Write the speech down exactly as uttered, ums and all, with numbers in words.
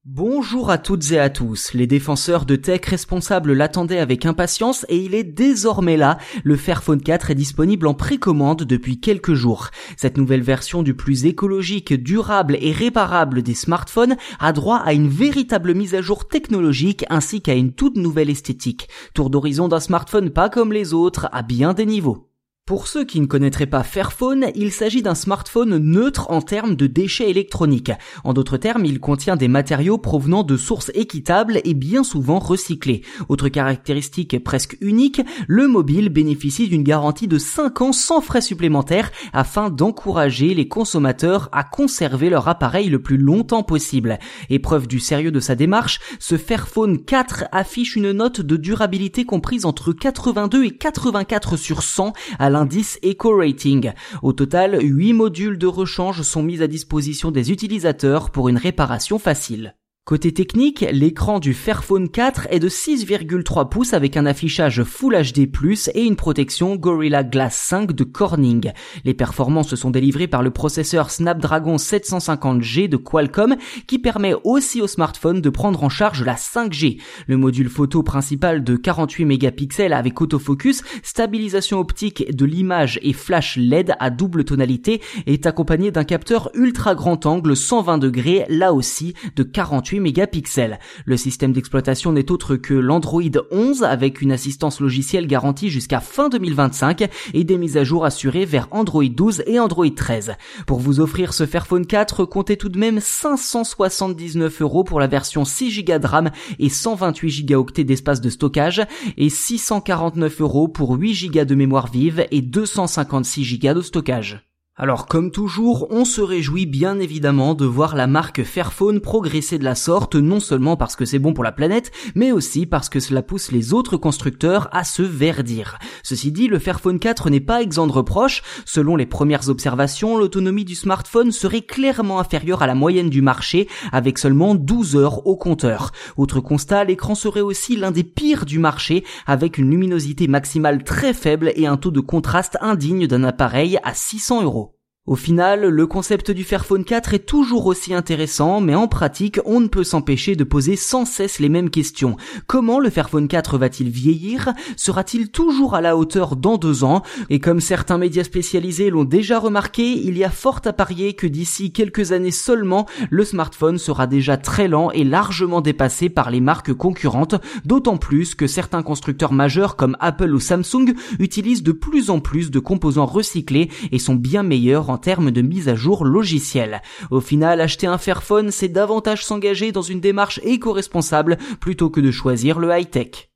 Bonjour à toutes et à tous, les défenseurs de tech responsables l'attendaient avec impatience et il est désormais là. Le Fairphone quatre est disponible en précommande depuis quelques jours. Cette nouvelle version du plus écologique, durable et réparable des smartphones a droit à une véritable mise à jour technologique ainsi qu'à une toute nouvelle esthétique. Tour d'horizon d'un smartphone pas comme les autres, à bien des niveaux. Pour ceux qui ne connaîtraient pas Fairphone, il s'agit d'un smartphone neutre en termes de déchets électroniques. En d'autres termes, il contient des matériaux provenant de sources équitables et bien souvent recyclés. Autre caractéristique presque unique, le mobile bénéficie d'une garantie de cinq ans sans frais supplémentaires afin d'encourager les consommateurs à conserver leur appareil le plus longtemps possible. Et preuve du sérieux de sa démarche, ce Fairphone quatre affiche une note de durabilité comprise entre quatre-vingt-deux et quatre-vingt-quatre sur cent à l'indice Eco Rating. Au total, huit modules de rechange sont mis à disposition des utilisateurs pour une réparation facile. Côté technique, l'écran du Fairphone quatre est de six virgule trois pouces avec un affichage Full H D plus, et une protection Gorilla Glass cinq de Corning. Les performances sont délivrées par le processeur Snapdragon sept cent cinquante G de Qualcomm qui permet aussi au smartphone de prendre en charge la cinq G. Le module photo principal de quarante-huit mégapixels avec autofocus, stabilisation optique de l'image et flash L E D à double tonalité est accompagné d'un capteur ultra grand angle cent vingt degrés, là aussi de quarante-huit mégapixels. Le système d'exploitation n'est autre que l'Android onze avec une assistance logicielle garantie jusqu'à fin deux mille vingt-cinq et des mises à jour assurées vers Android douze et Android treize. Pour vous offrir ce Fairphone quatre, comptez tout de même cinq cent soixante-dix-neuf euros pour la version six giga de RAM et cent vingt-huit gigaoctets d'espace de stockage et six cent quarante-neuf euros pour huit giga de mémoire vive et deux cent cinquante-six giga de stockage. Alors comme toujours, on se réjouit bien évidemment de voir la marque Fairphone progresser de la sorte, non seulement parce que c'est bon pour la planète, mais aussi parce que cela pousse les autres constructeurs à se verdir. Ceci dit, le Fairphone quatre n'est pas exempt de reproches. Selon les premières observations, l'autonomie du smartphone serait clairement inférieure à la moyenne du marché, avec seulement douze heures au compteur. Autre constat, l'écran serait aussi l'un des pires du marché, avec une luminosité maximale très faible et un taux de contraste indigne d'un appareil à six cents euros. Au final, le concept du Fairphone quatre est toujours aussi intéressant, mais en pratique, on ne peut s'empêcher de poser sans cesse les mêmes questions. Comment le Fairphone quatre va-t-il vieillir? Sera-t-il toujours à la hauteur dans deux ans? Et comme certains médias spécialisés l'ont déjà remarqué, il y a fort à parier que d'ici quelques années seulement, le smartphone sera déjà très lent et largement dépassé par les marques concurrentes, d'autant plus que certains constructeurs majeurs comme Apple ou Samsung utilisent de plus en plus de composants recyclés et sont bien meilleurs en en termes de mise à jour logicielle. Au final, acheter un Fairphone, c'est davantage s'engager dans une démarche éco-responsable plutôt que de choisir le high-tech.